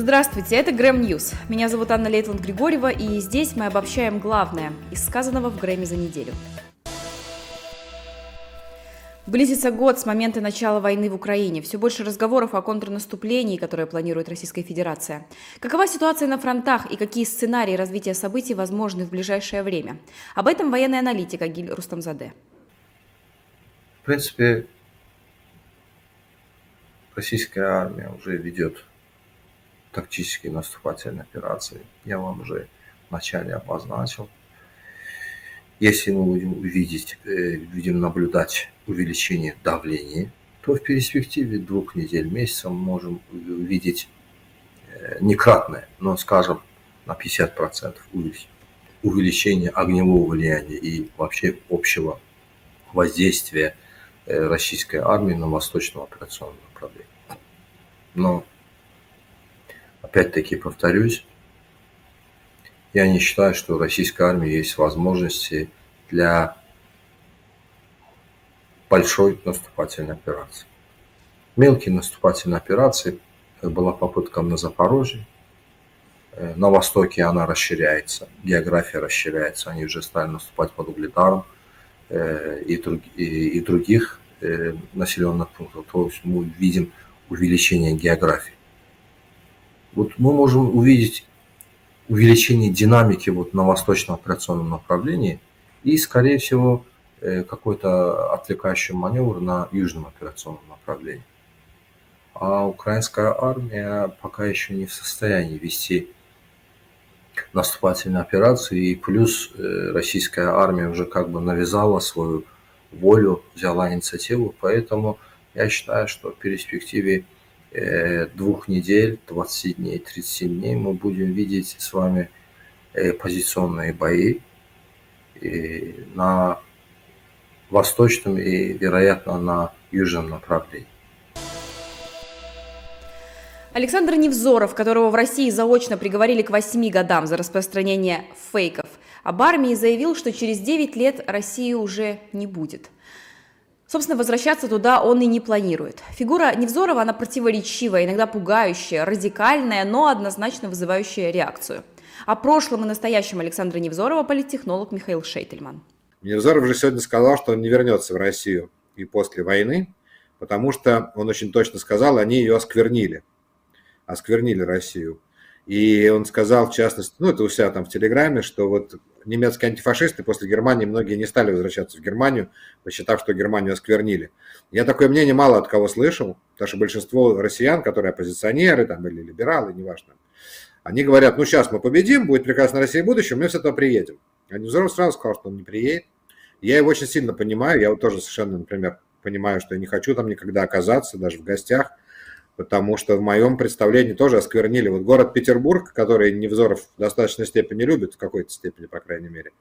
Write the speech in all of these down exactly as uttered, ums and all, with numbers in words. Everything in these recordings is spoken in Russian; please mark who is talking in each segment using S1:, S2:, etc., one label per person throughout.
S1: Здравствуйте, это Грэм Ньюс. Меня зовут Анна Лейтланд-Григорьева, и здесь мы обобщаем главное из сказанного в Грэмми за неделю. Близится год с момента начала войны в Украине. Все больше разговоров о контрнаступлении, которое планирует Российская Федерация. Какова ситуация на фронтах и какие сценарии развития событий возможны в ближайшее время? Об этом военный аналитик Агиль Рустамзаде.
S2: В принципе, российская армия уже ведет тактические наступательные операции. Я вам уже вначале обозначил. Если мы будем увидеть, будем наблюдать увеличение давления, то в перспективе двух недель, месяца мы можем увидеть не кратное, но, скажем, на пятьдесят процентов увеличение огневого влияния и вообще общего воздействия российской армии на восточном операционном направлении. Но, опять-таки повторюсь, я не считаю, что у российской армии есть возможности для большой наступательной операции. Мелкие наступательные операции, как была попытка на Запорожье, на востоке она расширяется, география расширяется, они уже стали наступать под Угледаром и, друг, и, и других населенных пунктов. То есть мы видим увеличение географии. Вот мы можем увидеть увеличение динамики вот на восточном операционном направлении и, скорее всего, какой-то отвлекающий маневр на южном операционном направлении. А украинская армия пока еще не в состоянии вести наступательные операции, и плюс российская армия уже как бы навязала свою волю, взяла инициативу, поэтому я считаю, что в перспективе двух недель, двадцати дней, тридцати дней мы будем видеть с вами позиционные бои на восточном и, вероятно, на южном направлении.
S1: Александр Невзоров, которого в России заочно приговорили к восьми годам за распространение фейков об армии, заявил, что через девять лет России уже не будет. Собственно, возвращаться туда он и не планирует. Фигура Невзорова, она противоречивая, иногда пугающая, радикальная, но однозначно вызывающая реакцию. О прошлом и настоящем Александра Невзорова политтехнолог Михаил Шейтельман.
S3: Невзоров же сегодня сказал, что он не вернется в Россию и после войны, потому что, он очень точно сказал, они ее осквернили. Осквернили Россию. И он сказал, в частности, ну это у себя там в Телеграме, что вот немецкие антифашисты после Германии, многие не стали возвращаться в Германию, посчитав, что Германию осквернили. Я такое мнение мало от кого слышал, потому что большинство россиян, которые оппозиционеры там, или либералы, неважно, они говорят, ну сейчас мы победим, будет прекрасная Россия в будущем, мы с этого приедем. А Невзоров сразу сказал, что он не приедет. Я его очень сильно понимаю, я вот тоже совершенно, например, понимаю, что я не хочу там никогда оказаться, даже в гостях, потому что в моем представлении тоже осквернили. Вот город Петербург, который Невзоров в достаточной степени любит, в какой-то степени, по крайней мере,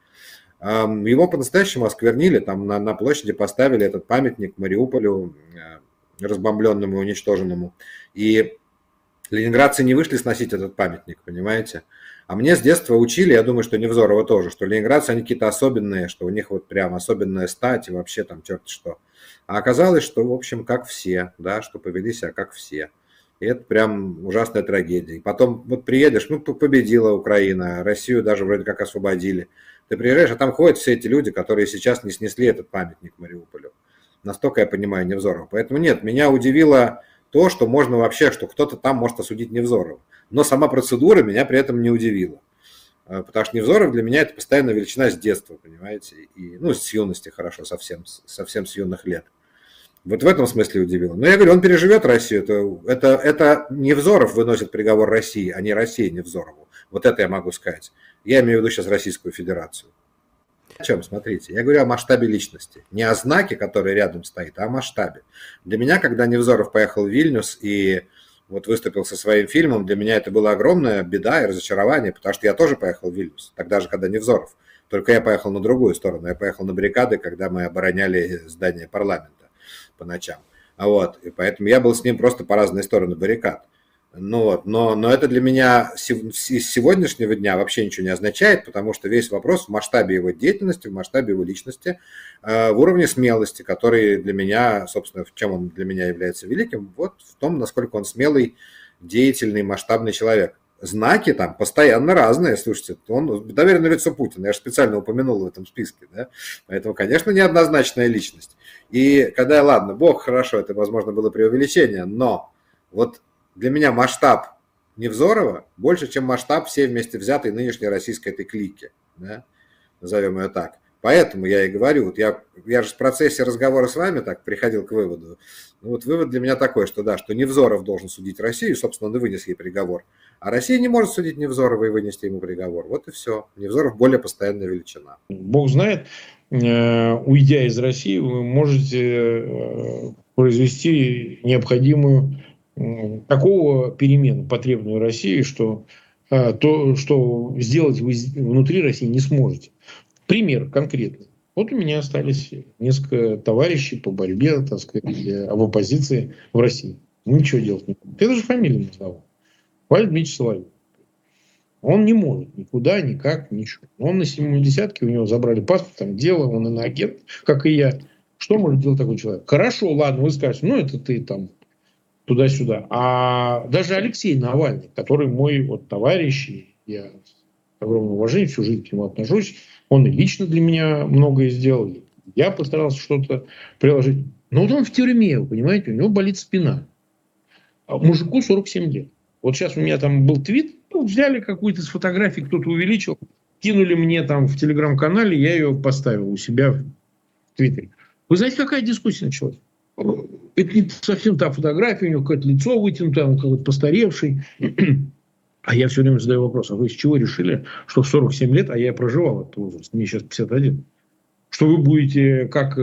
S3: его по-настоящему осквернили, там на, на площади поставили этот памятник Мариуполю, разбомбленному и уничтоженному. И ленинградцы не вышли сносить этот памятник, понимаете? А мне с детства учили, я думаю, что Невзорова тоже, что ленинградцы, они какие-то особенные, что у них вот прям особенная стать и вообще там черт что. А оказалось, что, в общем, как все, да, что повели себя как все. И это прям ужасная трагедия. И потом вот приедешь, ну, победила Украина, Россию даже вроде как освободили. Ты приезжаешь, а там ходят все эти люди, которые сейчас не снесли этот памятник Мариуполю. Настолько я понимаю Невзорова. Поэтому нет, меня удивило то, что можно вообще, что кто-то там может осудить Невзорова. Но сама процедура меня при этом не удивила. Потому что Невзоров для меня это постоянная величина с детства, понимаете, и, ну, с юности хорошо, совсем, совсем с юных лет. Вот в этом смысле удивило. Но я говорю, он переживет Россию, это, это, это Невзоров выносит приговор России, а не Россия Невзорову. Вот это я могу сказать. Я имею в виду сейчас Российскую Федерацию. О чем, смотрите, я говорю о масштабе личности. Не о знаке, который рядом стоит, а о масштабе. Для меня, когда Невзоров поехал в Вильнюс и вот выступил со своим фильмом, для меня это была огромная беда и разочарование, потому что я тоже поехал в Вильнюс, тогда же, когда Невзоров. Только я поехал на другую сторону, я поехал на баррикады, когда мы обороняли здание парламента по ночам. Вот. И поэтому я был с ним просто по разные стороны баррикад. Ну вот, но, но это для меня с сегодняшнего дня вообще ничего не означает, потому что весь вопрос в масштабе его деятельности, в масштабе его личности, в уровне смелости, который для меня, собственно, в чем он для меня является великим, вот в том, насколько он смелый деятельный, масштабный человек. Знаки там постоянно разные, слушайте, он доверенное лицо Путина, я же специально упомянул в этом списке, да? Поэтому, конечно, неоднозначная личность. И когда, ладно, бог, хорошо, это, возможно, было преувеличение, но вот для меня масштаб Невзорова больше, чем масштаб всей вместе взятой нынешней российской этой клики, да? Назовем ее так. Поэтому я и говорю, вот я, я же в процессе разговора с вами так приходил к выводу. Ну вот вывод для меня такой, что да, что Невзоров должен судить Россию, собственно, он и вынес ей приговор. А Россия не может судить Невзорова и вынести ему приговор. Вот и все. Невзоров более постоянная величина.
S4: Бог знает, уйдя из России, вы можете произвести необходимую такого перемену, потребную России, что то, что сделать вы внутри России не сможете. Пример конкретный. Вот у меня остались несколько товарищей по борьбе, так сказать, в оппозиции в России. Ничего делать не могут. Это же фамилию назвал. Валерий Дмитриевич Соловьев. Он не может никуда, никак, ничего. Он на семидесятке, у него забрали паспорт, там дело, он иноагент, как и я. Что может делать такой человек? Хорошо, ладно, вы скажете, ну это ты там туда-сюда. А даже Алексей Навальный, который мой вот товарищ, и я с огромным уважением всю жизнь к нему отношусь, он и лично для меня многое сделал. Я постарался что-то приложить. Но вот он в тюрьме, вы понимаете, у него болит спина. А мужику сорок семь лет. Вот сейчас у меня там был твит, ну, взяли какую-то с фотографий, кто-то увеличил, кинули мне там в телеграм-канале, я ее поставил у себя в твиттере. Вы знаете, какая дискуссия началась? Это не совсем та фотография, у него какое-то лицо вытянутое, он какой-то постаревший. А я все время задаю вопрос, а вы с чего решили, что в сорок семь лет, а я проживал этот возраст, мне сейчас пятьдесят один, что вы будете как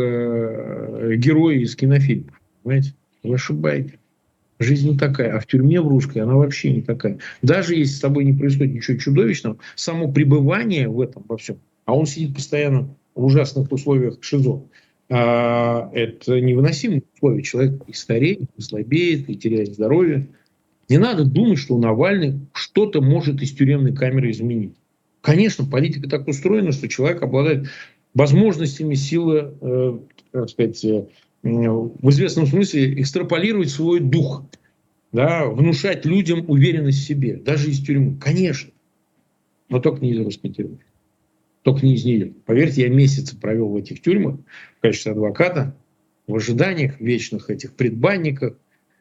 S4: э, герои из кинофильмов, понимаете? Вы ошибаетесь. Жизнь не такая, а в тюрьме в русской она вообще не такая. Даже если с тобой не происходит ничего чудовищного, само пребывание в этом во всем, а он сидит постоянно в ужасных условиях ШИЗО, а, это невыносимые условия. Человек и стареет, и слабеет, и теряет здоровье. Не надо думать, что Навальный что-то может из тюремной камеры изменить. Конечно, политика так устроена, что человек обладает возможностями, силы, э, как сказать, э, в известном смысле экстраполировать свой дух, да, внушать людям уверенность в себе, даже из тюрьмы. Конечно, но только не из русской тюрьмы. Только не из нее. Поверьте, я месяцы провел в этих тюрьмах в качестве адвоката, в ожиданиях вечных этих предбанниках,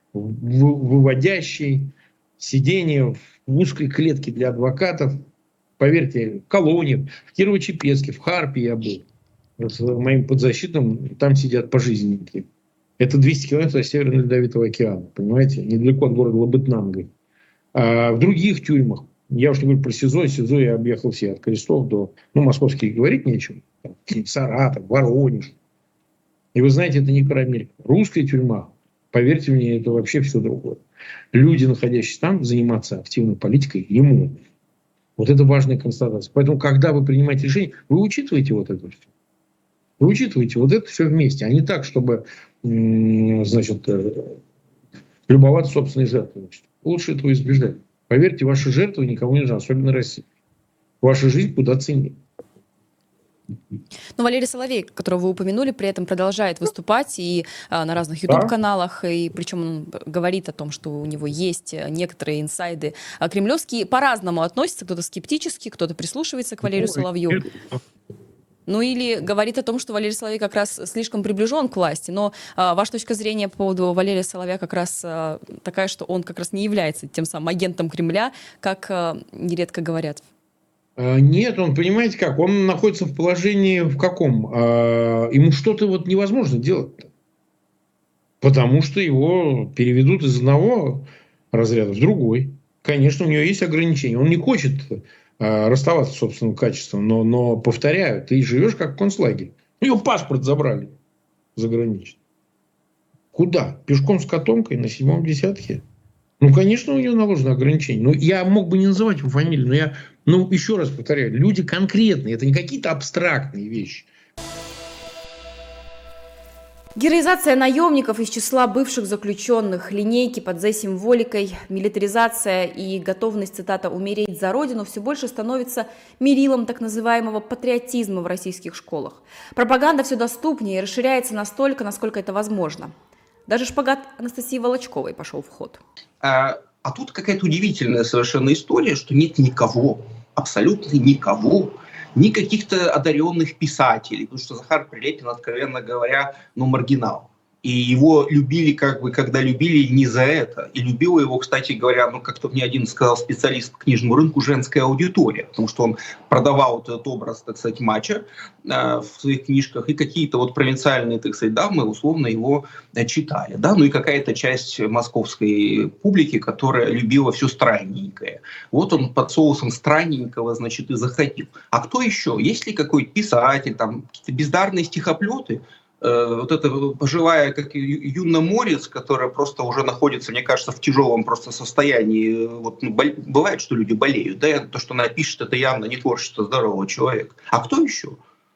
S4: выводящей, сидение в узкой клетке для адвокатов. Поверьте, в колонии, в Кирово-Чепецке, в Харпе я был. С моим подзащитным, там сидят пожизненники. Это двести километров от Северного Ледовитого океана. Понимаете? Недалеко от города Лабытнанга. А в других тюрьмах, я уж не говорю про СИЗО, СИЗО я объехал все от Крестов до, ну, московских говорить нечего. Там, Саратов, Воронеж. И вы знаете, это не карамелька. Русская тюрьма, поверьте мне, это вообще все другое. Люди, находящиеся там, заниматься активной политикой не могут. Вот это важная констатация. Поэтому, когда вы принимаете решение, вы учитываете вот это все. Вы учитываете вот это все вместе, а не так, чтобы, значит, любоваться собственной жертвенностью. Лучше этого избежать. Поверьте, ваши жертвы никому не нужны, особенно России. Ваша жизнь куда ценнее.
S1: Но Валерий Соловей, которого вы упомянули, при этом продолжает выступать и а, на разных YouTube-каналах, и причем он говорит о том, что у него есть некоторые инсайды а, кремлевские. По-разному относятся, кто-то скептически, кто-то прислушивается к Валерию Соловью. Ну или говорит о том, что Валерий Соловей как раз слишком приближен к власти. Но а, ваша точка зрения по поводу Валерия Соловья как раз а, такая, что он как раз не является тем самым агентом Кремля, как а, нередко говорят.
S4: Нет, он, понимаете как, он находится в положении в каком? А, ему что-то вот невозможно делать-то. Потому что его переведут из одного разряда в другой. Конечно, у него есть ограничения. Он не хочет а, расставаться с собственным качеством, но, но, повторяю, ты живешь как в концлагере. У него паспорт забрали заграничный. Куда? Пешком с котомкой на седьмом десятке? Ну, конечно, у него наложено ограничение. Ну, я мог бы не называть его фамилию, но я, ну, еще раз повторяю, люди конкретные, это не какие-то абстрактные вещи.
S1: Героизация наемников из числа бывших заключенных, линейки под Зе-символикой, милитаризация и готовность, цитата, «умереть за родину» все больше становится мерилом так называемого патриотизма в российских школах. Пропаганда все доступнее и расширяется настолько, насколько это возможно. Даже шпагат Анастасии Волочковой пошел в ход.
S5: А А тут какая-то удивительная совершенно история, что нет никого, абсолютно никого, ни каких-то одаренных писателей, потому что Захар Прилепин, откровенно говоря, ну, маргинал. И его любили, как бы, когда любили, не за это. И любила его, кстати говоря, ну, как-то мне один сказал специалист по книжному рынку, женская аудитория. Потому что он продавал этот образ, так сказать, мачо э, в своих книжках. И какие-то вот провинциальные, так сказать, дамы условно его э, читали. Да? Ну и какая-то часть московской публики, которая любила все странненькое. Вот он под соусом странненького, значит, и заходил. А кто еще? Есть ли какой-то писатель, там, какие-то бездарные стихоплеты? Вот эта пожилая, как Юна Морец, которая просто уже находится, мне кажется, в тяжелом просто состоянии. Вот, ну, бол- бывает, что люди болеют, да, то, что она пишет, это явно не творчество здорового человека. А кто еще?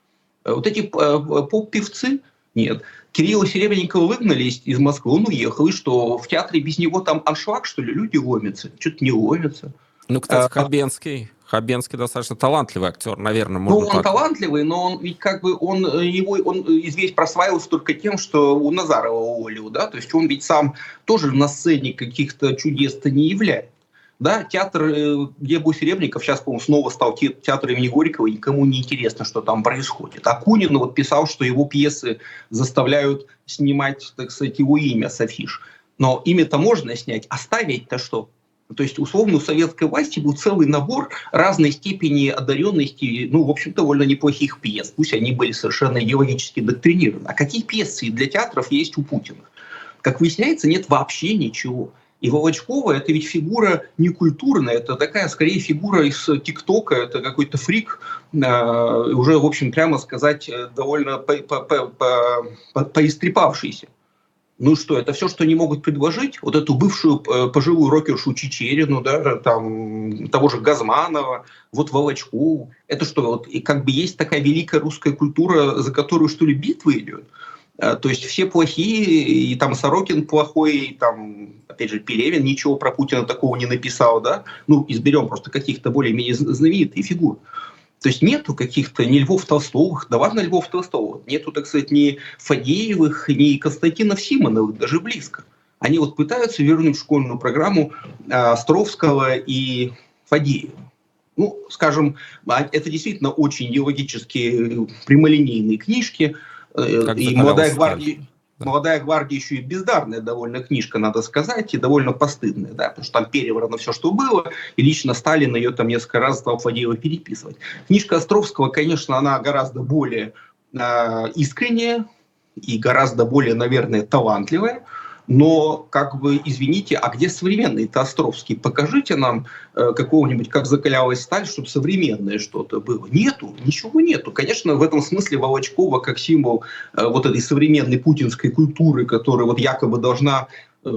S5: Вот эти поп-певцы? Нет. Кирилла Серебренникова выгнали из, из Москвы, он уехал, и что, в театре без него там аншлаг, что ли, люди ломятся? Что-то не ломятся.
S6: Ну, кстати,
S5: А,
S6: Хабенский... Хабенский достаточно талантливый актер, наверное,
S5: Ну,
S6: можно
S5: он
S6: так.
S5: талантливый, но он ведь как бы он его он известен прославился только тем, что у Назарова уволил, да, то есть он ведь сам тоже на сцене каких-то чудес-то не являет. Да, театр Гебу Серебренников сейчас, по-моему, снова стал те- театр имени Горького, и никому не интересно, что там происходит. Акунин вот писал, что его пьесы заставляют снимать, так сказать, его имя с афиш. Но имя-то можно снять, а ставить-то что? То есть, условно, у советской власти был целый набор разной степени одаренности, ну, в общем, довольно неплохих пьес. Пусть они были совершенно идеологически доктринированы. А какие пьесы для театров есть у Путина? Как выясняется, нет вообще ничего. И Волочкова – это ведь фигура не культурная, это такая, скорее, фигура из ТикТока, это какой-то фрик, э, уже, в общем, прямо сказать, довольно по- по- по- по- по- поистрепавшийся. Ну что, это все, что они могут предложить? Вот эту бывшую э, пожилую рокершу Чичерину, да, там, того же Газманова, вот Волочкову. Это что, вот, и как бы есть такая великая русская культура, за которую, что ли, битва идет? Э, то есть все плохие, и там Сорокин плохой, и там, опять же, Пелевин ничего про Путина такого не написал, да? Ну, изберем просто каких-то более-менее знаменитых фигур. То есть нету каких-то ни Львов Толстовых, да ладно Львов Толстого, нету, так сказать, ни Фадеевых, ни Константинов Симоновых, даже близко. Они вот пытаются вернуть в школьную программу э, Островского и Фадеева. Ну, скажем, это действительно очень идеологически прямолинейные книжки, э,
S6: Как
S5: и «Молодая
S6: закалялась
S5: гвардия».
S6: сталь.
S5: «Молодая гвардия» еще и бездарная довольно книжка, надо сказать, и довольно постыдная, да, потому что там переврано все, что было, и лично Сталин ее там несколько раз стал Фадеева переписывать. Книжка Островского, конечно, она гораздо более э, искренняя и гораздо более, наверное, талантливая, но, как бы, извините, а где современный-то Островский? Покажите нам э, какого-нибудь, как закалялась сталь, чтобы современное что-то было. Нету, ничего нету. Конечно, в этом смысле Волочкова как символ э, вот этой современной путинской культуры, которая вот якобы должна э,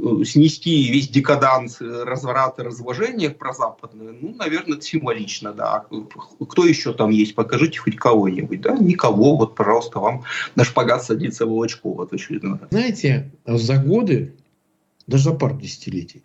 S5: снести весь декаданс, разврат и разложение прозападное, ну, наверное, это символично, да. Кто еще там есть? Покажите хоть кого-нибудь, да? Никого, вот, пожалуйста, вам на шпагат садится Волочкова в очередной раз.
S4: Знаете, за годы, даже за пару десятилетий,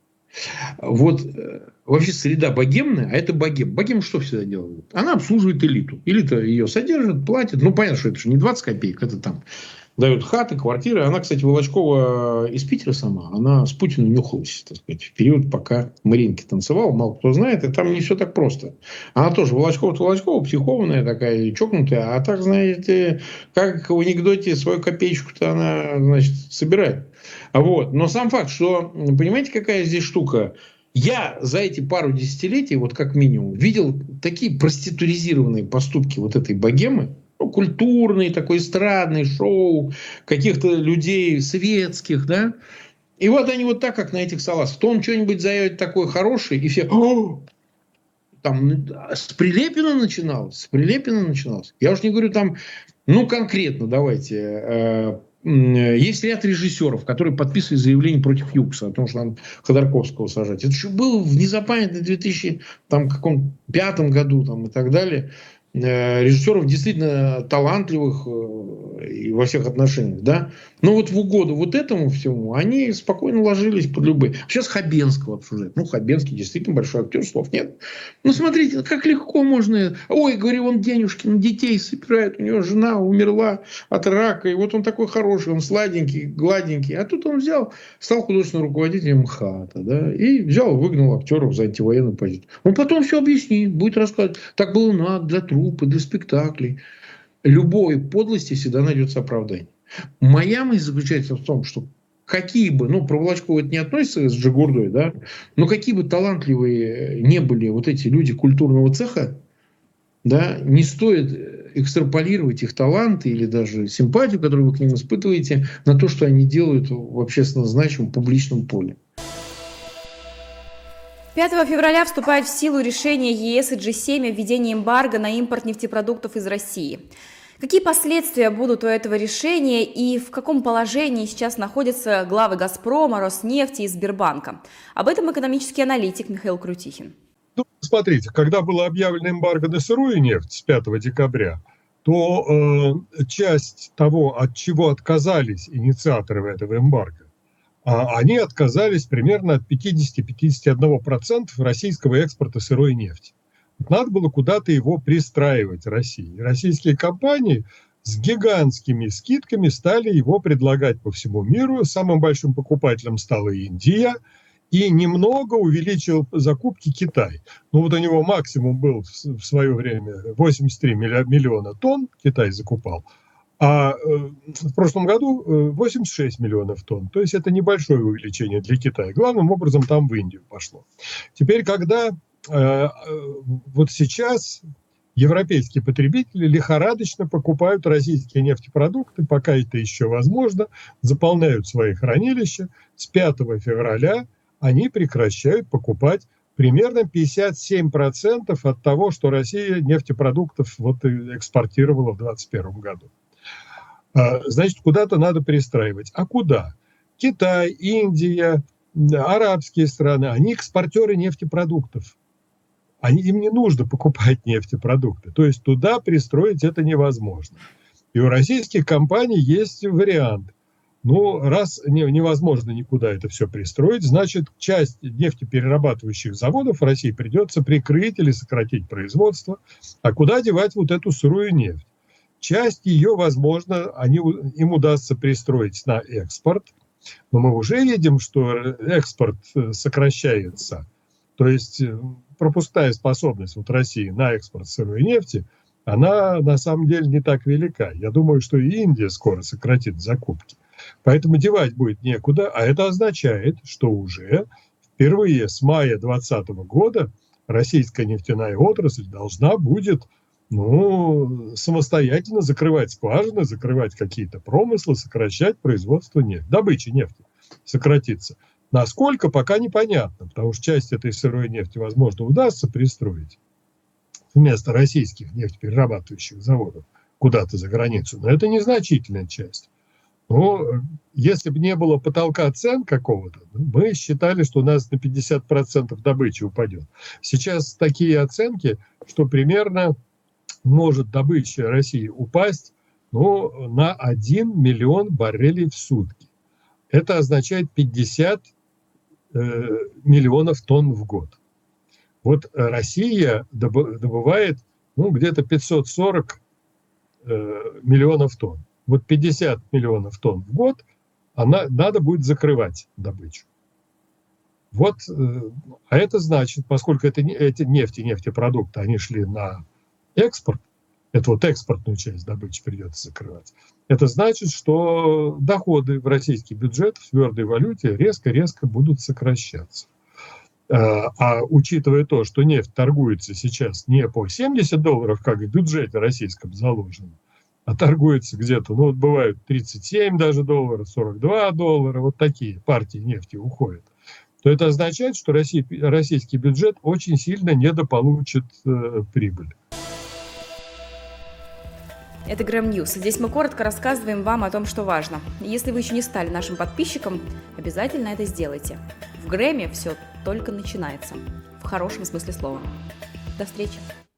S4: вот э, вообще среда богемная, а это богем. Богем что всегда делает? Она обслуживает элиту. Элита ее содержит, платит. Ну, понятно, что это же не двадцать копеек, это там дают хаты, квартиры. Она, кстати, Волочкова из Питера сама, она с Путиным нюхалась, так сказать, в период, пока Маринки танцевал, мало кто знает, и там не все так просто. Она тоже Волочкова-то Волочкова, психованная такая, чокнутая, а так, знаете, как в анекдоте свою копеечку-то она, значит, собирает. Вот. Но сам факт, что, понимаете, какая здесь штука? Я за эти пару десятилетий, вот как минимум, видел такие проституризированные поступки вот этой богемы, культурный, такой эстрадный шоу каких-то людей светских, да. И вот они вот так, как на этих салатах. То он что-нибудь заявит такое хорошее, и все... Там с Прилепина начиналось. С Прилепина начиналось. Я уж не говорю там... Ну, конкретно, давайте... Есть ряд режиссеров, которые подписывают заявление против Юкса о том, что надо Ходорковского сажать. Это еще было в незапамятном две тысячи пятом году там, и так далее. э, режиссеров действительно талантливых э, и во всех отношениях, да. Но вот в угоду вот этому всему они спокойно ложились под любые. Сейчас Хабенского обсуждают. Ну, Хабенский действительно большой актер, слов нет. Ну, смотрите, как легко можно... Ой, говорю, он денежки на детей собирает, у него жена умерла от рака, и вот он такой хороший, он сладенький, гладенький. А тут он взял, стал художественным руководителем МХАТа, да, и взял, выгнал актеров за антивоенную позицию. Он потом все объяснит, будет рассказывать. Так было надо для труппы, для спектаклей. Любой подлости всегда найдется оправдание. Моя мысль заключается в том, что какие бы, ну, про Волочкова это не относится с Джигурдой, да, но какие бы талантливые не были вот эти люди культурного цеха, да, не стоит экстраполировать их таланты или даже симпатию, которую вы к ним испытываете, на то, что они делают в общественно значимом публичном поле.
S1: пятого февраля вступает в силу решение ЕС и джи семь о введении эмбарго на импорт нефтепродуктов из России. Какие последствия будут у этого решения и в каком положении сейчас находятся главы «Газпрома», «Роснефти» и Сбербанка? Об этом экономический аналитик Михаил Крутихин.
S7: Ну, смотрите, когда было объявлено эмбарго на сырую нефть с пятого декабря, то э, часть того, от чего отказались инициаторы этого эмбарго, э, они отказались примерно от пятьдесят - пятьдесят один процент российского экспорта сырой нефти. Надо было куда-то его пристраивать России. Российские компании с гигантскими скидками стали его предлагать по всему миру. Самым большим покупателем стала Индия. И немного увеличил закупки Китай. Ну вот у него максимум был в свое время восемьдесят три миллиона тонн Китай закупал. А в прошлом году восемьдесят шесть миллионов тонн. То есть это небольшое увеличение для Китая. Главным образом там в Индию пошло. Теперь, когда э, вот сейчас европейские потребители лихорадочно покупают российские нефтепродукты, пока это еще возможно, заполняют свои хранилища, с пятого февраля они прекращают покупать примерно пятьдесят семь процентов от того, что Россия нефтепродуктов вот экспортировала в двадцать первом году. Значит, куда-то надо перестраивать. А куда? Китай, Индия, арабские страны, они экспортеры нефтепродуктов. Они, им не нужно покупать нефтепродукты. То есть туда пристроить это невозможно. И у российских компаний есть вариант. Ну, раз невозможно никуда это все пристроить, значит, часть нефтеперерабатывающих заводов в России придется прикрыть или сократить производство. А куда девать вот эту сырую нефть? Часть ее, возможно, они, им удастся пристроить на экспорт. Но мы уже видим, что экспорт сокращается. То есть пропускная способность вот России на экспорт сырой нефти, она на самом деле не так велика. Я думаю, что и Индия скоро сократит закупки. Поэтому девать будет некуда, а это означает, что уже впервые с мая двадцатого года российская нефтяная отрасль должна будет, ну, самостоятельно закрывать скважины, закрывать какие-то промыслы, сокращать производство нефти, добычи нефти сократится. Насколько, пока непонятно, потому что часть этой сырой нефти, возможно, удастся пристроить вместо российских нефтеперерабатывающих заводов куда-то за границу, но это незначительная часть. Но если бы не было потолка цен какого-то, мы считали, что у нас на пятьдесят процентов добычи упадет. Сейчас такие оценки, что примерно может добыча России упасть, ну, на один миллион баррелей в сутки. Это означает пятьдесят э, миллионов тонн в год. Вот Россия добывает, ну, где-то пятьсот сорок э, миллионов тонн. Вот пятьдесят миллионов тонн в год она, надо будет закрывать добычу. Вот, а это значит, поскольку это, эти нефть и нефтепродукты, они шли на экспорт, это вот экспортную часть добычи придется закрывать, это значит, что доходы в российский бюджет в твердой валюте резко-резко будут сокращаться. А учитывая то, что нефть торгуется сейчас не по семьдесят долларов, как в бюджете российском заложено, а торгуется где-то, ну вот бывают тридцать семь даже долларов, сорок два доллара, вот такие партии нефти уходят, то это означает, что Россия, российский бюджет очень сильно недополучит э, прибыль.
S1: Это Грэм Ньюс. Здесь мы коротко рассказываем вам о том, что важно. Если вы еще не стали нашим подписчиком, обязательно это сделайте. В Грэме все только начинается. В хорошем смысле слова. До встречи.